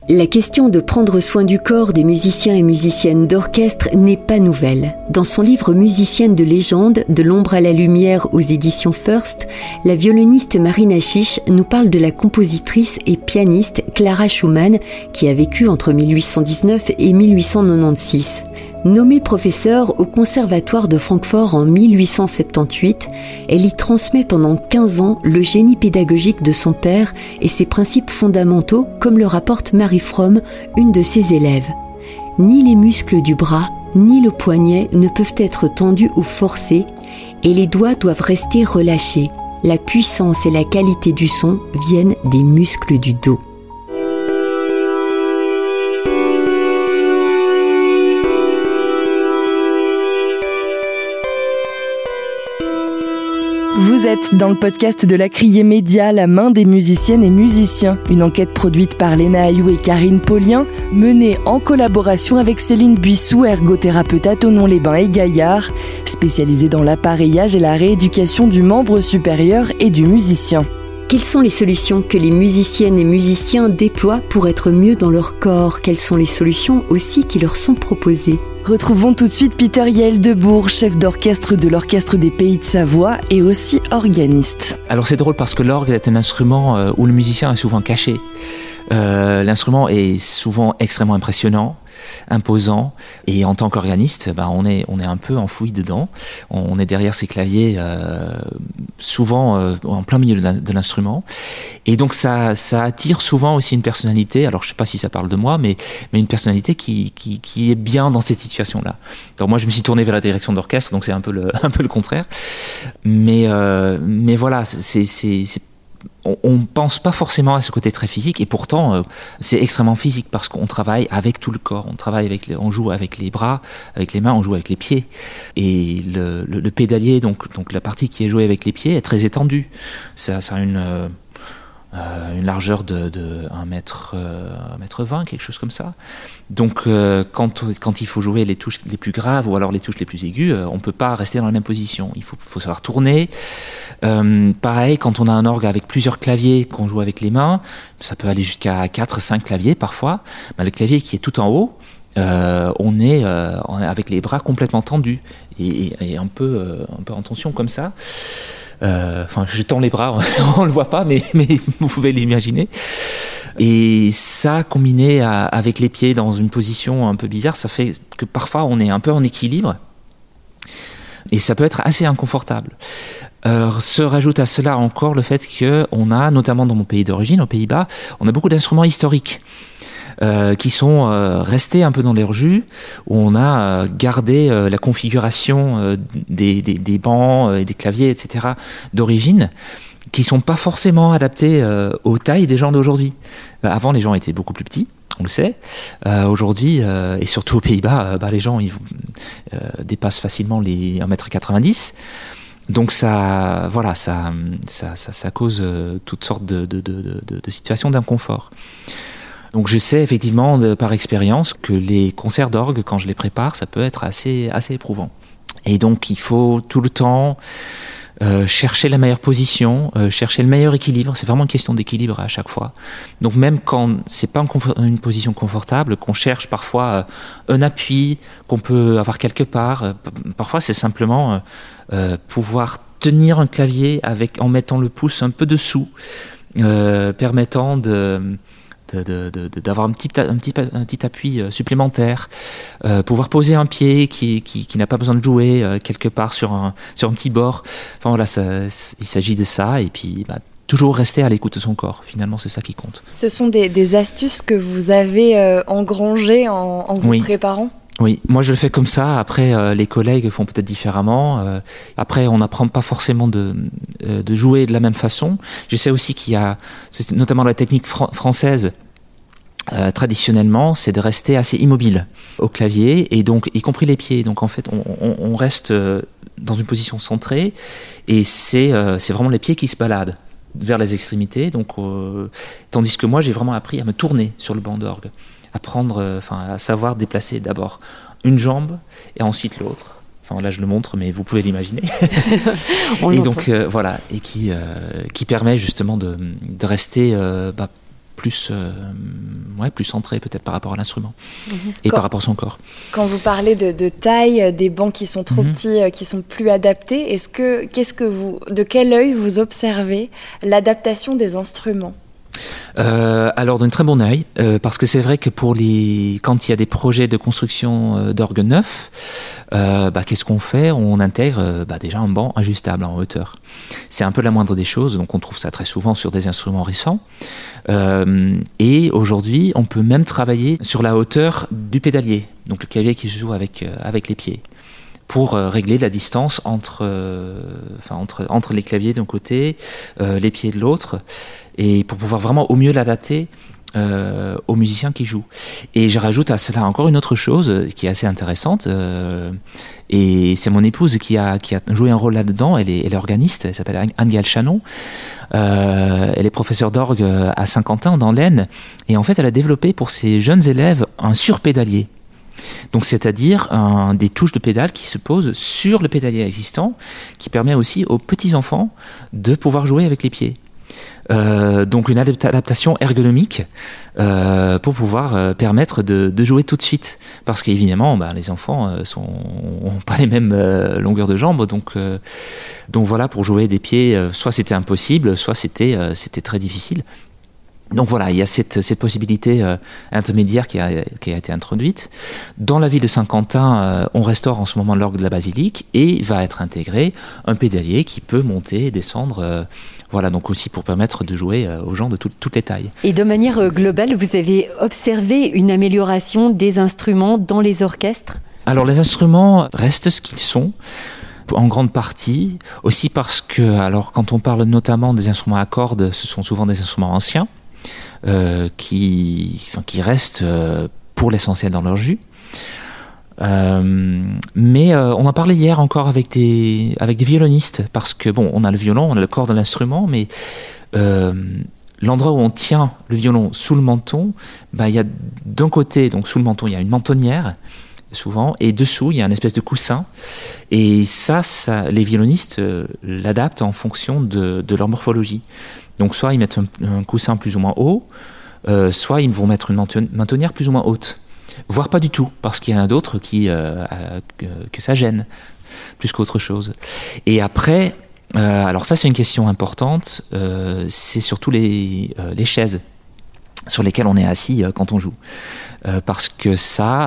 La question de prendre soin du corps des musiciens et musiciennes d'orchestre n'est pas nouvelle. Dans son livre Musicienne de légende, de l'ombre à la lumière aux éditions First, la violoniste Marina Chiche nous parle de la compositrice et pianiste Clara Schumann qui a vécu entre 1819 et 1896. Nommée professeure au Conservatoire de Francfort en 1878, elle y transmet pendant 15 ans le génie pédagogique de son père et ses principes fondamentaux, comme le rapporte Marie Fromm, une de ses élèves. Ni les muscles du bras, ni le poignet ne peuvent être tendus ou forcés, et les doigts doivent rester relâchés. La puissance et la qualité du son viennent des muscles du dos. Vous êtes dans le podcast de la Criée Média, la main des musiciennes et musiciens. Une enquête produite par Léna Ayou et Karine Paulien, menée en collaboration avec Céline Buissou, ergothérapeute à Thonon-les-Bains et Gaillard, spécialisée dans l'appareillage et la rééducation du membre supérieur et du musicien. Quelles sont les solutions que les musiciennes et musiciens déploient pour être mieux dans leur corps ? Quelles sont les solutions aussi qui leur sont proposées ? Retrouvons tout de suite Peter Yael Debourg, chef d'orchestre de l'Orchestre des Pays de Savoie et aussi organiste. Alors c'est drôle parce que l'orgue est un instrument où le musicien est souvent caché. L'instrument est souvent extrêmement impressionnant, imposant, et en tant qu'organiste, on est un peu enfoui dedans. On est derrière ces claviers, souvent en plein milieu de l'instrument, et donc ça attire souvent aussi une personnalité. Alors je sais pas si ça parle de moi, mais une personnalité qui est bien dans cette situation-là. Donc moi je me suis tourné vers la direction d'orchestre, donc c'est un peu le contraire. Mais voilà, on ne pense pas forcément à ce côté très physique, et pourtant c'est extrêmement physique parce qu'on travaille avec tout le corps. On joue avec les bras, avec les mains, on joue avec les pieds. Et le pédalier, donc la partie qui est jouée avec les pieds, est très étendue. Ça a une largeur de 1m20, quelque chose comme ça. Donc quand il faut jouer les touches les plus graves ou alors les touches les plus aiguës, on ne peut pas rester dans la même position. Il faut savoir tourner. Pareil, quand on a un orgue avec plusieurs claviers qu'on joue avec les mains, ça peut aller jusqu'à 4-5 claviers parfois. Le clavier qui est tout en haut, on est avec les bras complètement tendus et un peu en tension comme ça. Je tends les bras, on le voit pas, mais vous pouvez l'imaginer. Et ça, combiné avec les pieds dans une position un peu bizarre, ça fait que parfois on est un peu en équilibre. Et ça peut être assez inconfortable. Se rajoute à cela encore le fait qu'on a, notamment dans mon pays d'origine, aux Pays-Bas, on a beaucoup d'instruments historiques. Qui sont restés un peu dans leur jus, où on a gardé la configuration des bancs et des claviers, etc., d'origine, qui ne sont pas forcément adaptés aux tailles des gens d'aujourd'hui. Avant, les gens étaient beaucoup plus petits, on le sait. Aujourd'hui, et surtout aux Pays-Bas, les gens ils dépassent facilement les 1m90. Donc ça cause toutes sortes de situations d'inconfort. Donc je sais effectivement par expérience que les concerts d'orgue, quand je les prépare, ça peut être assez éprouvant. Et donc il faut tout le temps chercher la meilleure position, chercher le meilleur équilibre. C'est vraiment une question d'équilibre à chaque fois. Donc même quand c'est pas une position confortable, qu'on cherche parfois un appui qu'on peut avoir quelque part. Parfois c'est simplement pouvoir tenir un clavier en mettant le pouce un peu dessous, permettant d'avoir un petit appui supplémentaire, pouvoir poser un pied qui n'a pas besoin de jouer quelque part sur un petit bord. Enfin voilà, il s'agit de ça, et puis toujours rester à l'écoute de son corps. Finalement, c'est ça qui compte. Ce sont des astuces que vous avez engrangées en vous préparant ? Oui, moi je le fais comme ça. Après, les collègues font peut-être différemment. Après, on n'apprend pas forcément de jouer de la même façon. Je sais aussi c'est notamment la technique française. Traditionnellement, c'est de rester assez immobile au clavier, et donc y compris les pieds. Donc en fait, on reste dans une position centrée, et c'est vraiment les pieds qui se baladent vers les extrémités. Donc tandis que moi, j'ai vraiment appris à me tourner sur le banc d'orgue, à savoir déplacer d'abord une jambe et ensuite l'autre. Enfin là je le montre, mais vous pouvez l'imaginer. Et donc voilà, et qui permet justement de rester plus centré peut-être par rapport à l'instrument et par rapport à son corps. Quand vous parlez de taille, des bancs qui sont trop petits, qui sont plus adaptés, de quel œil vous observez l'adaptation des instruments ? Alors d'un très bon œil, parce que c'est vrai que quand il y a des projets de construction d'orgues neufs, qu'est-ce qu'on fait ? On intègre déjà un banc ajustable en hauteur. C'est un peu la moindre des choses, donc on trouve ça très souvent sur des instruments récents. Et aujourd'hui, on peut même travailler sur la hauteur du pédalier, donc le clavier qui se joue avec les pieds, pour régler la distance entre les claviers d'un côté, les pieds de l'autre, et pour pouvoir vraiment au mieux l'adapter aux musiciens qui jouent. Et je rajoute à cela encore une autre chose qui est assez intéressante, et c'est mon épouse qui a joué un rôle là-dedans. Elle est organiste, elle s'appelle Anne-Gaëlle Chanon. Elle est professeure d'orgue à Saint-Quentin dans l'Aisne, et en fait elle a développé pour ses jeunes élèves un surpédalier. Donc c'est-à-dire des touches de pédale qui se posent sur le pédalier existant, qui permet aussi aux petits-enfants de pouvoir jouer avec les pieds. Donc une adaptation ergonomique pour pouvoir permettre de jouer tout de suite, parce qu'évidemment les enfants n'ont pas les mêmes longueurs de jambes, donc voilà, pour jouer des pieds, soit c'était impossible, soit c'était très difficile. Donc voilà, il y a cette possibilité intermédiaire qui a été introduite. Dans la ville de Saint-Quentin, on restaure en ce moment l'orgue de la basilique, et va être intégré un pédalier qui peut monter et descendre, donc aussi pour permettre de jouer aux gens de toutes les tailles. Et de manière globale, vous avez observé une amélioration des instruments dans les orchestres ? Alors les instruments restent ce qu'ils sont, en grande partie, aussi parce que, quand on parle notamment des instruments à cordes, ce sont souvent des instruments anciens, qui restent pour l'essentiel dans leur jus. Mais on en parlait hier encore avec des violonistes, parce que on a le violon, on a le corps de l'instrument, mais l'endroit où on tient le violon sous le menton, il y a d'un côté, donc sous le menton, il y a une mentonnière souvent, et dessous il y a une espèce de coussin, et ça les violonistes l'adaptent en fonction de leur morphologie. Donc soit ils mettent un coussin plus ou moins haut, soit ils vont mettre une mentonnière plus ou moins haute, voire pas du tout, parce qu'il y en a d'autres que ça gêne plus qu'autre chose. Et après, alors ça c'est une question importante, c'est surtout les chaises sur lesquelles on est assis quand on joue, parce que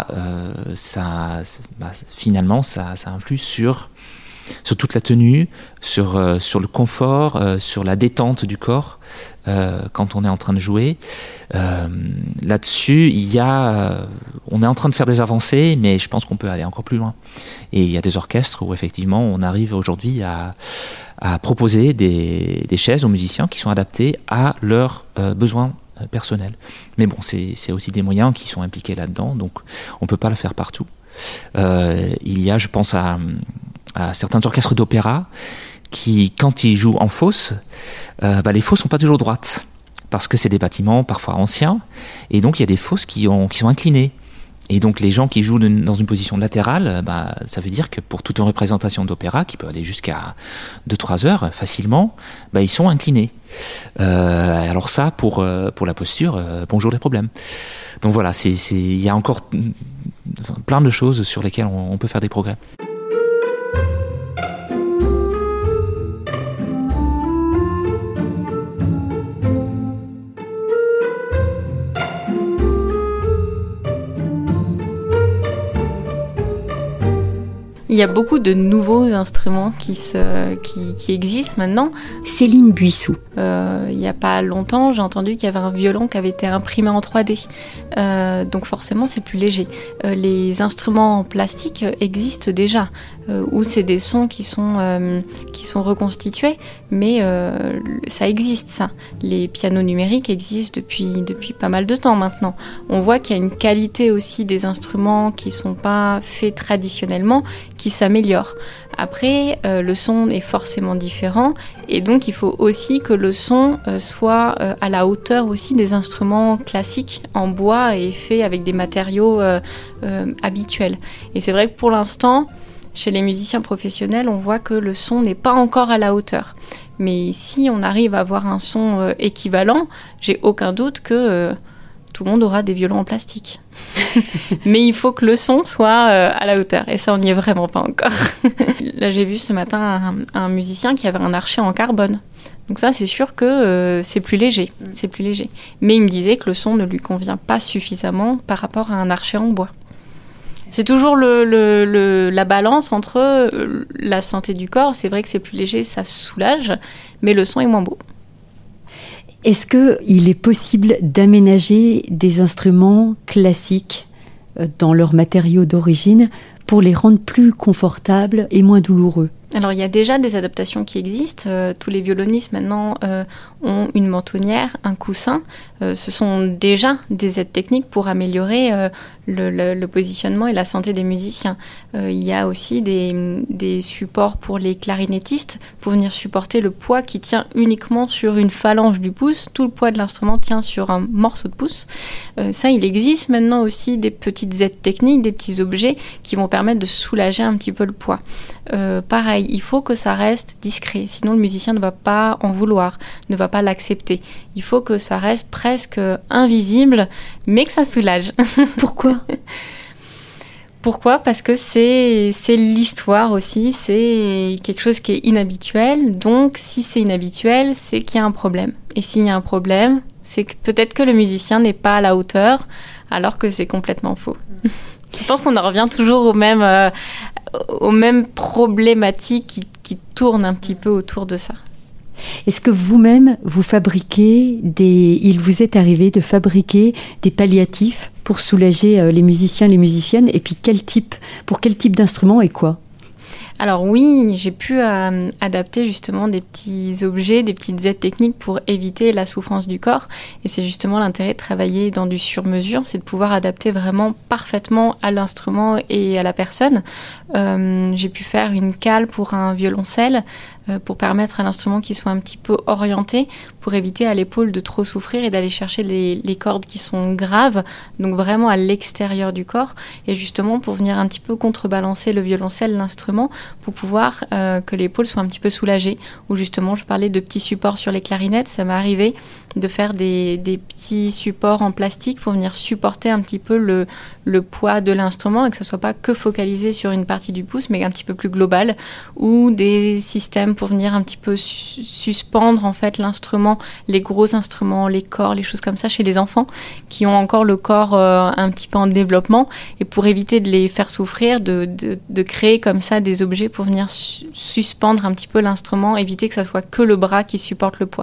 finalement ça influe sur toute la tenue, sur le confort, sur la détente du corps quand on est en train de jouer. Là-dessus, on est en train de faire des avancées, mais je pense qu'on peut aller encore plus loin. Et il y a des orchestres où effectivement on arrive aujourd'hui à proposer des chaises aux musiciens qui sont adaptées à leurs besoins personnels. Mais c'est aussi des moyens qui sont impliqués là-dedans, donc on ne peut pas le faire partout. Il y a, je pense à certains orchestres d'opéra qui, quand ils jouent en fosse, les fosses sont pas toujours droites, parce que c'est des bâtiments parfois anciens, et donc il y a des fosses qui sont inclinées. Et donc les gens qui jouent dans une position latérale, ça veut dire que pour toute une représentation d'opéra, qui peut aller jusqu'à 2-3 heures facilement, ils sont inclinés. Alors ça, pour la posture, bonjour les problèmes. Donc voilà, il y a encore plein de choses sur lesquelles on peut faire des progrès. Il y a beaucoup de nouveaux instruments qui existent maintenant. Céline Buissou. Il n'y a pas longtemps, j'ai entendu qu'il y avait un violon qui avait été imprimé en 3D. Donc forcément, c'est plus léger. Les instruments en plastique existent déjà, où c'est des sons qui sont reconstitués, mais ça existe, ça. Les pianos numériques existent depuis pas mal de temps maintenant. On voit qu'il y a une qualité aussi des instruments qui ne sont pas faits traditionnellement, qui s'améliore. Après, le son est forcément différent, et donc il faut aussi que le son soit à la hauteur aussi des instruments classiques en bois et faits avec des matériaux habituels. Et c'est vrai que pour l'instant, Chez les musiciens professionnels, on voit que le son n'est pas encore à la hauteur. Mais si on arrive à avoir un son équivalent, j'ai aucun doute que tout le monde aura des violons en plastique. Mais il faut que le son soit à la hauteur. Et ça, on n'y est vraiment pas encore. Là, j'ai vu ce matin un musicien qui avait un archet en carbone. Donc ça, c'est sûr que c'est plus léger. C'est plus léger. Mais il me disait que le son ne lui convient pas suffisamment par rapport à un archet en bois. C'est toujours la balance entre la santé du corps. C'est vrai que c'est plus léger, ça soulage, mais le son est moins beau. Est-ce qu'il est possible d'aménager des instruments classiques dans leurs matériaux d'origine pour les rendre plus confortables et moins douloureux ? Alors, il y a déjà des adaptations qui existent. Tous les violonistes, maintenant, ont une mentonnière, un coussin. Ce sont déjà des aides techniques pour améliorer le positionnement et la santé des musiciens. Il y a aussi des supports pour les clarinettistes pour venir supporter le poids qui tient uniquement sur une phalange du pouce. Tout le poids de l'instrument tient sur un morceau de pouce. Ça, il existe maintenant aussi des petites aides techniques, des petits objets qui vont permettre de soulager un petit peu le poids. Pareil, il faut que ça reste discret, sinon le musicien ne va pas en vouloir, ne va pas l'accepter. Il faut que ça reste presque invisible, mais que ça soulage. Pourquoi ? Pourquoi ? Parce que c'est l'histoire aussi, c'est quelque chose qui est inhabituel. Donc, si c'est inhabituel, c'est qu'il y a un problème. Et s'il y a un problème, c'est que peut-être que le musicien n'est pas à la hauteur, alors que c'est complètement faux. Je pense qu'on en revient toujours aux mêmes problématiques qui tournent un petit peu autour de ça. Est-ce que vous-même, il vous est arrivé de fabriquer des palliatifs pour soulager les musiciens, les musiciennes, et puis pour quel type d'instrument et quoi ? Alors oui, j'ai pu adapter justement des petits objets, des petites aides techniques pour éviter la souffrance du corps. Et c'est justement l'intérêt de travailler dans du sur-mesure, c'est de pouvoir adapter vraiment parfaitement à l'instrument et à la personne. J'ai pu faire une cale pour un violoncelle pour permettre à l'instrument qu'il soit un petit peu orienté, pour éviter à l'épaule de trop souffrir et d'aller chercher les cordes qui sont graves, donc vraiment à l'extérieur du corps, et justement pour venir un petit peu contrebalancer le violoncelle, l'instrument, pour pouvoir que l'épaule soit un petit peu soulagée. Ou justement, je parlais de petits supports sur les clarinettes, ça m'est arrivé de faire des petits supports en plastique pour venir supporter un petit peu le poids de l'instrument et que ce ne soit pas que focalisé sur une partie du pouce, mais un petit peu plus global, ou des systèmes pour venir un petit peu suspendre en fait l'instrument, les gros instruments, les corps, les choses comme ça chez les enfants qui ont encore le corps un petit peu en développement, et pour éviter de les faire souffrir, de créer comme ça des objets pour venir suspendre un petit peu l'instrument, éviter que ça soit que le bras qui supporte le poids.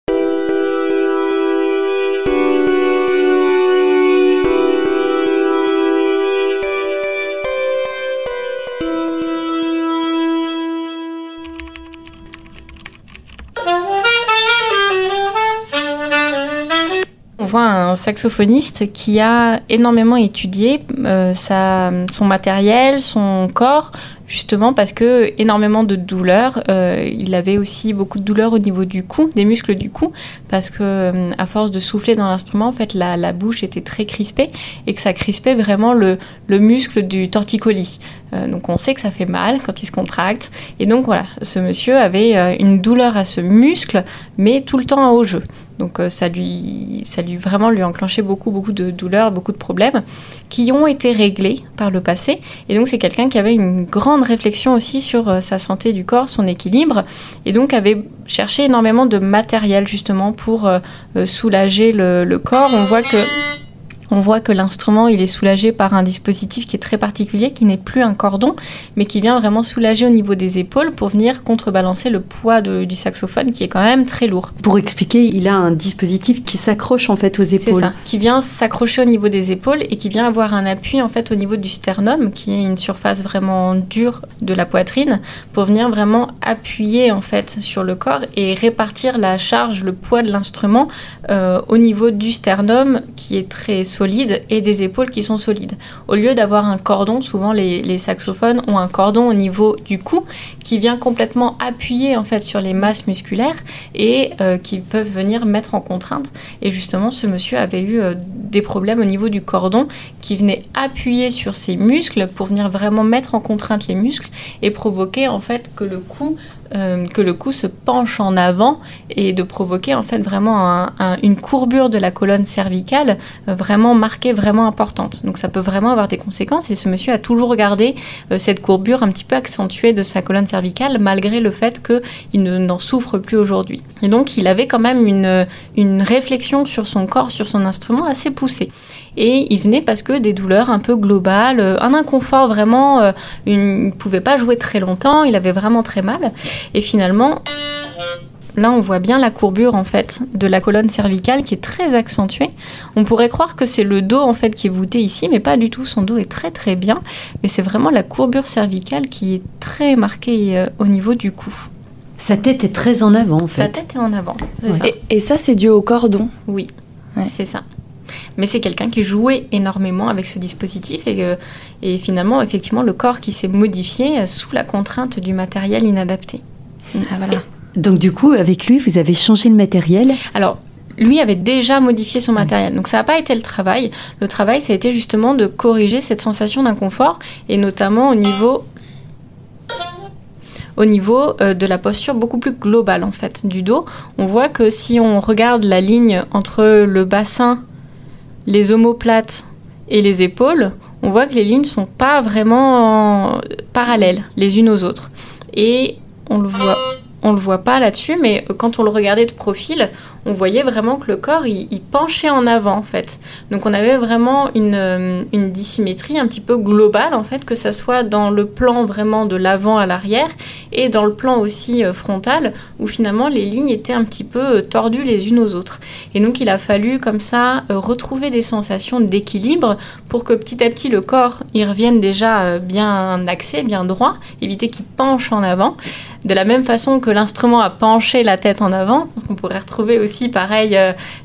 On voit un saxophoniste qui a énormément étudié son matériel, son corps, justement parce que énormément de douleurs. Il avait aussi beaucoup de douleurs au niveau du cou, des muscles du cou, parce que à force de souffler dans l'instrument, en fait, la bouche était très crispée et que ça crispait vraiment le muscle du torticolis. Donc on sait que ça fait mal quand il se contracte. Et donc voilà, ce monsieur avait une douleur à ce muscle, mais tout le temps à haut jeu. Donc ça lui vraiment lui enclenchait beaucoup de douleurs, beaucoup de problèmes qui ont été réglés par le passé. Et donc c'est quelqu'un qui avait une grande réflexion aussi sur sa santé du corps, son équilibre, et donc avait cherché énormément de matériel justement pour soulager le corps. On voit que l'instrument, il est soulagé par un dispositif qui est très particulier, qui n'est plus un cordon, mais qui vient vraiment soulager au niveau des épaules pour venir contrebalancer le poids du saxophone, qui est quand même très lourd. Pour expliquer, il a un dispositif qui s'accroche en fait aux épaules. C'est ça, qui vient s'accrocher au niveau des épaules et qui vient avoir un appui en fait au niveau du sternum, qui est une surface vraiment dure de la poitrine, pour venir vraiment appuyer en fait sur le corps et répartir la charge, le poids de l'instrument au niveau du sternum, qui est très solide, et des épaules qui sont solides. Au lieu d'avoir un cordon, souvent les saxophones ont un cordon au niveau du cou qui vient complètement appuyer en fait sur les masses musculaires et qui peuvent venir mettre en contrainte. Et justement, ce monsieur avait eu des problèmes au niveau du cordon qui venaient appuyer sur ces muscles pour venir vraiment mettre en contrainte les muscles et provoquer en fait que le cou se penche en avant et de provoquer en fait vraiment une courbure de la colonne cervicale vraiment marquée, vraiment importante. Donc ça peut vraiment avoir des conséquences et ce monsieur a toujours gardé cette courbure un petit peu accentuée de sa colonne cervicale malgré le fait qu'il n'en souffre plus aujourd'hui. Et donc il avait quand même une réflexion sur son corps, sur son instrument assez poussée. Et il venait parce que des douleurs un peu globales, un inconfort vraiment, il ne pouvait pas jouer très longtemps, il avait vraiment très mal. Et finalement, là on voit bien la courbure en fait de la colonne cervicale qui est très accentuée. On pourrait croire que c'est le dos en fait qui est voûté ici, mais pas du tout, son dos est très très bien. Mais c'est vraiment la courbure cervicale qui est très marquée au niveau du cou. Sa tête est très en avant en fait. Sa tête est en avant. Ouais. Et ça c'est dû au cordon? Oui, ouais. C'est ça. Mais c'est quelqu'un qui jouait énormément avec ce dispositif et finalement, effectivement, le corps qui s'est modifié sous la contrainte du matériel inadapté. Voilà. Donc du coup, avec lui, vous avez changé le matériel? Alors, lui avait déjà modifié son matériel. Donc ça n'a pas été le travail. Le travail, ça a été justement de corriger cette sensation d'inconfort et notamment au niveau de la posture beaucoup plus globale en fait du dos. On voit que si on regarde la ligne entre le bassin, les omoplates et les épaules, on voit que les lignes ne sont pas vraiment parallèles les unes aux autres. Et on le voit pas là-dessus, mais quand on le regardait de profil, on voyait vraiment que le corps, il penchait en avant, en fait. Donc, on avait vraiment une dissymétrie un petit peu globale, en fait, que ça soit dans le plan vraiment de l'avant à l'arrière et dans le plan aussi frontal, où finalement, les lignes étaient un petit peu tordues les unes aux autres. Et donc, il a fallu, comme ça, retrouver des sensations d'équilibre pour que petit à petit, le corps, il revienne déjà bien axé, bien droit, éviter qu'il penche en avant. De la même façon que l'instrument a penché la tête en avant, parce qu'on pourrait retrouver aussi pareil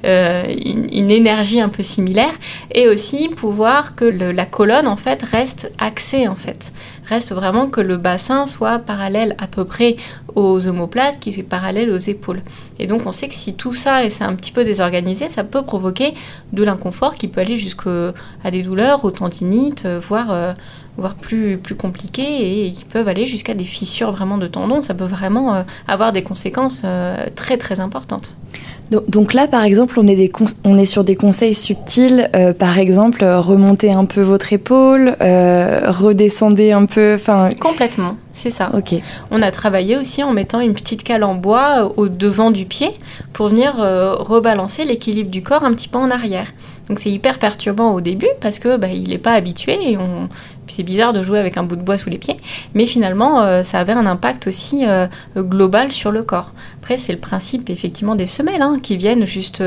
une énergie un peu similaire, et aussi pouvoir que la colonne en fait reste axée en fait, reste vraiment que le bassin soit parallèle à peu près aux omoplates, qui soit parallèle aux épaules. Et donc on sait que si tout ça et c'est un petit peu désorganisé, ça peut provoquer de l'inconfort qui peut aller jusqu'à des douleurs, aux tendinites, voire plus compliqués et qui peuvent aller jusqu'à des fissures vraiment de tendons. Ça peut vraiment avoir des conséquences très très importantes. Donc là, par exemple, on est sur des conseils subtils. Par exemple, remontez un peu votre épaule, redescendez un peu... Complètement, c'est ça. Okay. On a travaillé aussi en mettant une petite cale en bois au devant du pied pour venir rebalancer l'équilibre du corps un petit peu en arrière. Donc c'est hyper perturbant au début parce que il n'est pas habitué et c'est bizarre de jouer avec un bout de bois sous les pieds, mais finalement ça avait un impact aussi global sur le corps. Après c'est le principe effectivement des semelles qui viennent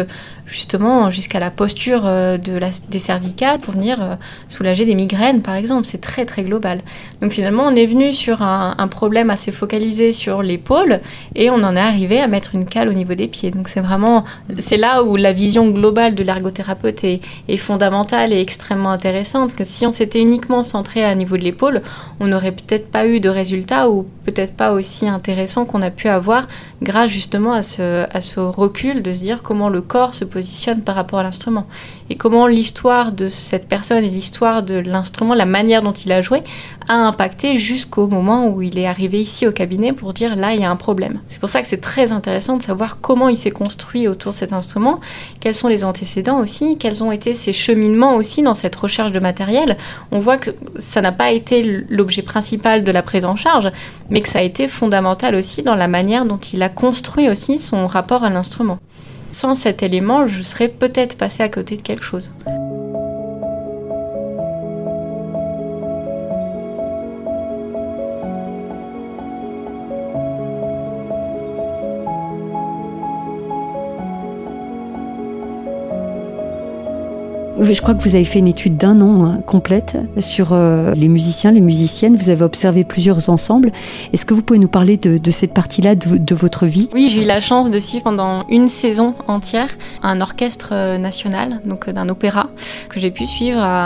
justement jusqu'à la posture des cervicales pour venir soulager des migraines par exemple. C'est très très global. Donc finalement on est venu sur un problème assez focalisé sur l'épaule et on en est arrivé à mettre une cale au niveau des pieds. Donc c'est là où la vision globale de l'ergothérapeute est fondamentale et extrêmement intéressante, que si on s'était uniquement centré à niveau de l'épaule, on n'aurait peut-être pas eu de résultats ou peut-être pas aussi intéressant qu'on a pu avoir grâce justement à ce recul de se dire comment le corps se positionne par rapport à l'instrument et comment l'histoire de cette personne et l'histoire de l'instrument, la manière dont il a joué, a impacté jusqu'au moment où il est arrivé ici au cabinet pour dire là il y a un problème. C'est pour ça que c'est très intéressant de savoir comment il s'est construit autour de cet instrument, quels sont les antécédents aussi, quels ont été ses cheminements aussi dans cette recherche de matériel. On voit que ça n'a pas été l'objet principal de la prise en charge, mais que ça a été fondamental aussi dans la manière dont il a construit aussi son rapport à l'instrument. Sans cet élément, je serais peut-être passée à côté de quelque chose. Je crois que vous avez fait une étude d'1 an complète sur les musiciens, les musiciennes. Vous avez observé plusieurs ensembles. Est-ce que vous pouvez nous parler de cette partie-là de votre vie ? Oui, j'ai eu la chance de suivre pendant une saison entière un orchestre national, donc d'un opéra, que j'ai pu suivre à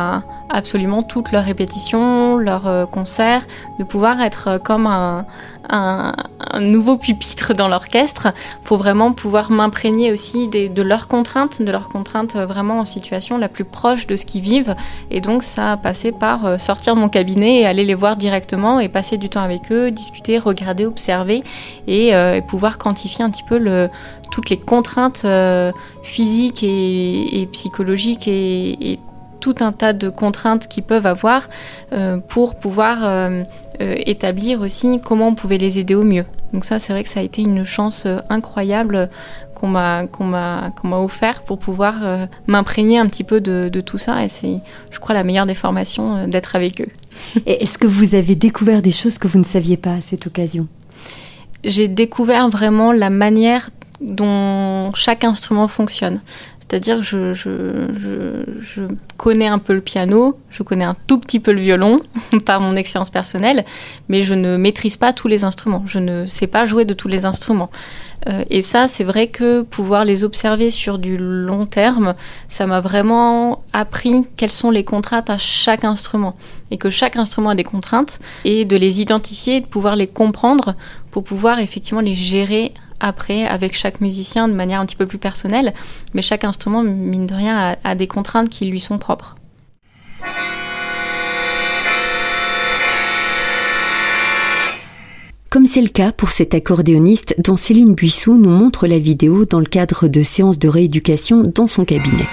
absolument toutes leurs répétitions, leurs concerts, de pouvoir être comme un nouveau pupitre dans l'orchestre pour vraiment pouvoir m'imprégner aussi de leurs contraintes vraiment en situation la plus proche de ce qu'ils vivent. Et donc ça a passé par sortir de mon cabinet et aller les voir directement et passer du temps avec eux, discuter, regarder, observer et pouvoir quantifier un petit peu toutes les contraintes physiques et psychologiques et tout un tas de contraintes qu'ils peuvent avoir pour pouvoir établir aussi comment on pouvait les aider au mieux. Donc ça, c'est vrai que ça a été une chance incroyable qu'on m'a offert pour pouvoir m'imprégner un petit peu de tout ça. Et c'est, je crois, la meilleure des formations d'être avec eux. Et est-ce que vous avez découvert des choses que vous ne saviez pas à cette occasion ? J'ai découvert vraiment la manière dont chaque instrument fonctionne. C'est-à-dire que je connais un peu le piano, je connais un tout petit peu le violon par mon expérience personnelle, mais je ne maîtrise pas tous les instruments. Je ne sais pas jouer de tous les instruments. Et ça, c'est vrai que pouvoir les observer sur du long terme, ça m'a vraiment appris quelles sont les contraintes à chaque instrument. Et que chaque instrument a des contraintes, et de les identifier et de pouvoir les comprendre pour pouvoir effectivement les gérer après avec chaque musicien de manière un petit peu plus personnelle, mais chaque instrument, mine de rien, a des contraintes qui lui sont propres. Comme c'est le cas pour cet accordéoniste dont Céline Buissou nous montre la vidéo dans le cadre de séances de rééducation dans son cabinet.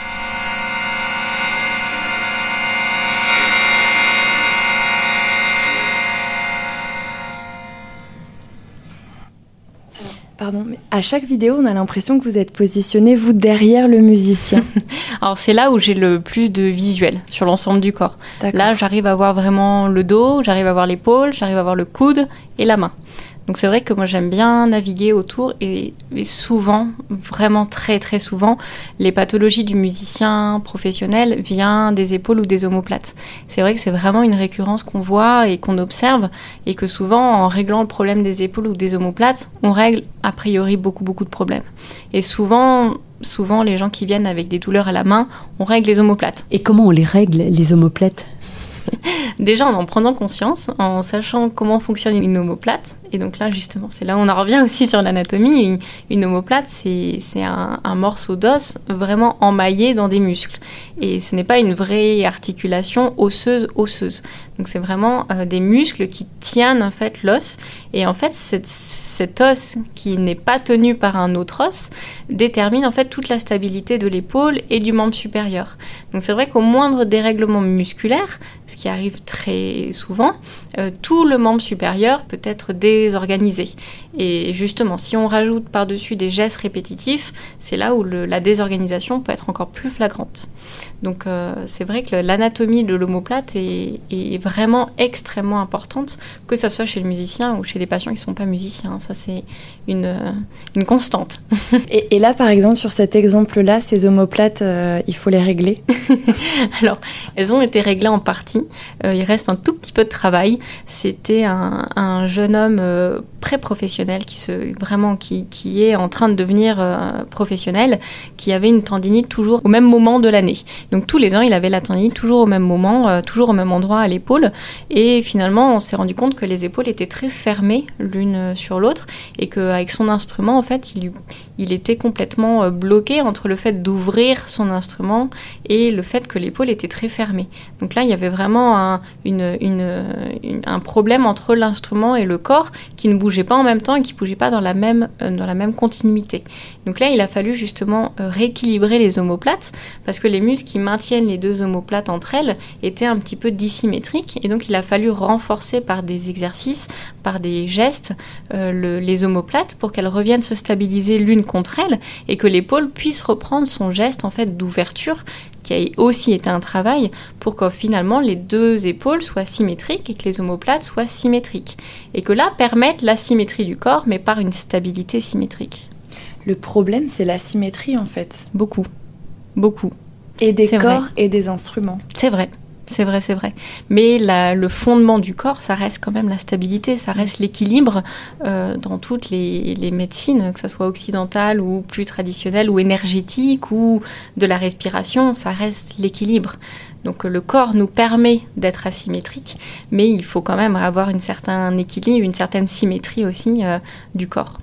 Pardon, mais à chaque vidéo, on a l'impression que vous êtes positionné, vous, derrière le musicien. Alors, c'est là où j'ai le plus de visuel sur l'ensemble du corps. D'accord. Là, j'arrive à voir vraiment le dos, j'arrive à voir l'épaule, j'arrive à voir le coude et la main. Donc, c'est vrai que moi, j'aime bien naviguer autour et souvent, vraiment très, très souvent, les pathologies du musicien professionnel viennent des épaules ou des omoplates. C'est vrai que c'est vraiment une récurrence qu'on voit et qu'on observe et que souvent, en réglant le problème des épaules ou des omoplates, on règle a priori beaucoup de problèmes. Et souvent, les gens qui viennent avec des douleurs à la main, on règle les omoplates. Et comment on les règle, les omoplates ? Déjà en prenant conscience, en sachant comment fonctionne une omoplate. Et donc là, justement, c'est là où on en revient aussi sur l'anatomie. Une omoplate, c'est un morceau d'os vraiment emmaillé dans des muscles. Et ce n'est pas une vraie articulation osseuse. Donc c'est vraiment des muscles qui tiennent en fait l'os. Et en fait, cet os qui n'est pas tenu par un autre os détermine en fait toute la stabilité de l'épaule et du membre supérieur. Donc c'est vrai qu'au moindre dérèglement musculaire, ce qui arrive très souvent, tout le membre supérieur peut être désorganisé. Et justement, si on rajoute par-dessus des gestes répétitifs, c'est là où la désorganisation peut être encore plus flagrante. Donc c'est vrai que l'anatomie de l'omoplate est vraiment extrêmement importante, que ce soit chez le musicien ou chez des patients qui ne sont pas musiciens. Ça, c'est une constante. Et là, par exemple, sur cet exemple-là, ces omoplates, il faut les régler. Alors, elles ont été réglées en partie. Il reste un tout petit peu de travail. C'était un jeune homme pré-professionnel qui est en train de devenir professionnel, qui avait une tendinite toujours au même moment de l'année. Donc tous les ans, il avait la tendinite toujours au même moment, toujours au même endroit à l'épaule. Et finalement, on s'est rendu compte que les épaules étaient très fermées l'une sur l'autre et qu'avec son instrument, en fait, il était complètement bloqué entre le fait d'ouvrir son instrument et le fait que l'épaule était très fermée. Donc là, il y avait vraiment un problème entre l'instrument et le corps qui ne bougeait pas en même temps et qui ne bougeait pas dans la même continuité. Donc là, il a fallu justement rééquilibrer les omoplates parce que les muscles qui maintiennent les deux omoplates entre elles étaient un petit peu dissymétriques et donc il a fallu renforcer par des exercices, par des gestes, les omoplates pour qu'elles reviennent se stabiliser l'une contre elles et que l'épaule puisse reprendre son geste en fait d'ouverture qui a aussi été un travail pour que finalement les deux épaules soient symétriques et que les omoplates soient symétriques. Et que là, permettent la symétrie du corps, mais par une stabilité symétrique. Le problème, c'est la symétrie, en fait. Beaucoup. Et des c'est corps vrai. et des instruments. C'est vrai. C'est vrai. Mais le fondement du corps, ça reste quand même la stabilité, ça reste l'équilibre dans toutes les médecines, que ce soit occidentale ou plus traditionnelle ou énergétique ou de la respiration, ça reste l'équilibre. Donc le corps nous permet d'être asymétrique, mais il faut quand même avoir un certain équilibre, une certaine symétrie aussi du corps.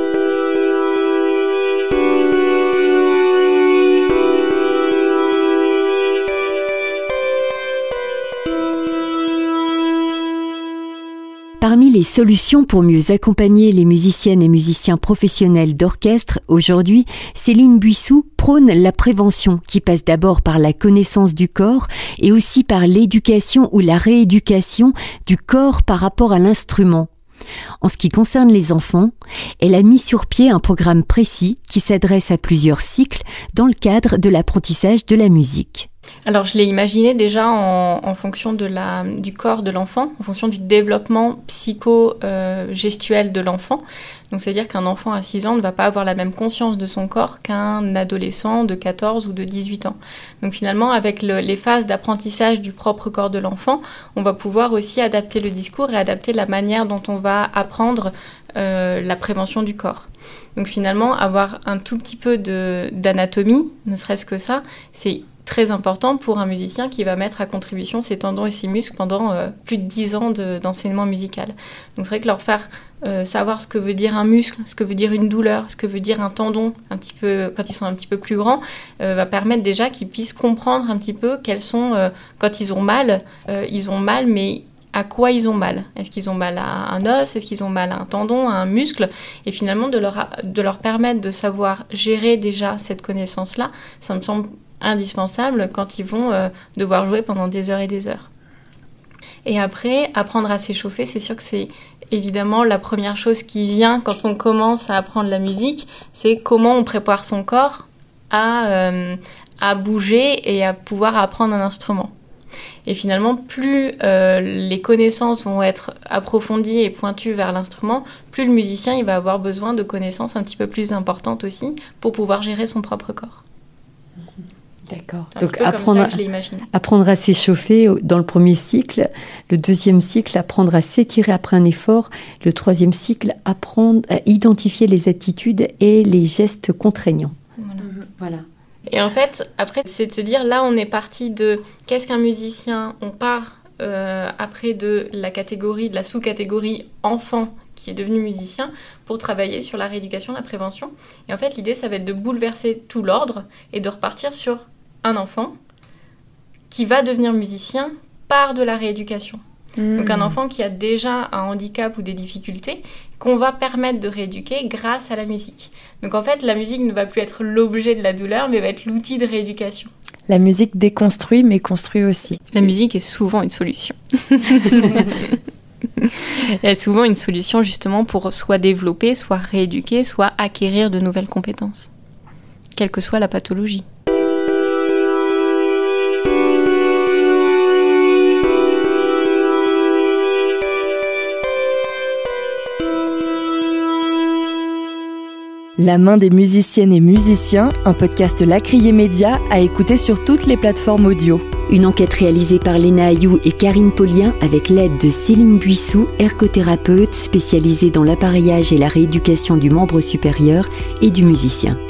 Parmi les solutions pour mieux accompagner les musiciennes et musiciens professionnels d'orchestre, aujourd'hui, Céline Buissou prône la prévention qui passe d'abord par la connaissance du corps et aussi par l'éducation ou la rééducation du corps par rapport à l'instrument. En ce qui concerne les enfants, elle a mis sur pied un programme précis qui s'adresse à plusieurs cycles dans le cadre de l'apprentissage de la musique. Alors je l'ai imaginé déjà en fonction du corps de l'enfant, en fonction du développement psycho-gestuel de l'enfant. Donc c'est-à-dire qu'un enfant à 6 ans ne va pas avoir la même conscience de son corps qu'un adolescent de 14 ou de 18 ans. Donc finalement, avec les phases d'apprentissage du propre corps de l'enfant, on va pouvoir aussi adapter le discours et adapter la manière dont on va apprendre la prévention du corps. Donc finalement, avoir un tout petit peu d'anatomie, ne serait-ce que ça, c'est très important pour un musicien qui va mettre à contribution ses tendons et ses muscles pendant plus de 10 ans d'enseignement musical. Donc c'est vrai que leur faire savoir ce que veut dire un muscle, ce que veut dire une douleur, ce que veut dire un tendon, un petit peu, quand ils sont un petit peu plus grands, va permettre déjà qu'ils puissent comprendre un petit peu quels sont, quand ils ont mal, mais à quoi ils ont mal. Est-ce qu'ils ont mal à un os? Est-ce qu'ils ont mal à un tendon, à un muscle? Et finalement, de leur permettre de savoir gérer déjà cette connaissance-là, ça me semble indispensable quand ils vont devoir jouer pendant des heures et des heures. Et après, apprendre à s'échauffer, c'est sûr que c'est évidemment la première chose qui vient quand on commence à apprendre la musique, c'est comment on prépare son corps à bouger et à pouvoir apprendre un instrument. Et finalement, plus les connaissances vont être approfondies et pointues vers l'instrument, plus le musicien il va avoir besoin de connaissances un petit peu plus importantes aussi pour pouvoir gérer son propre corps. D'accord. Donc apprendre à s'échauffer dans le premier cycle, le deuxième cycle, apprendre à s'étirer après un effort, le troisième cycle, apprendre à identifier les attitudes et les gestes contraignants. Voilà. Et en fait, après, c'est de se dire, là, on est parti de qu'est-ce qu'un musicien, on part après de la sous-catégorie enfant qui est devenu musicien pour travailler sur la rééducation, la prévention. Et en fait, l'idée, ça va être de bouleverser tout l'ordre et de repartir sur un enfant qui va devenir musicien par de la rééducation. Donc un enfant qui a déjà un handicap ou des difficultés qu'on va permettre de rééduquer grâce à la musique. Donc en fait, la musique ne va plus être l'objet de la douleur, mais va être l'outil de rééducation. La musique déconstruit, mais construit aussi. La musique est souvent une solution. Elle est souvent une solution justement pour soit développer, soit rééduquer, soit acquérir de nouvelles compétences, quelle que soit la pathologie. La main des musiciennes et musiciens, un podcast La Criée Média à écouter sur toutes les plateformes audio. Une enquête réalisée par Léna Ayou et Karine Paulien avec l'aide de Céline Buissou, ergothérapeute spécialisée dans l'appareillage et la rééducation du membre supérieur et du musicien.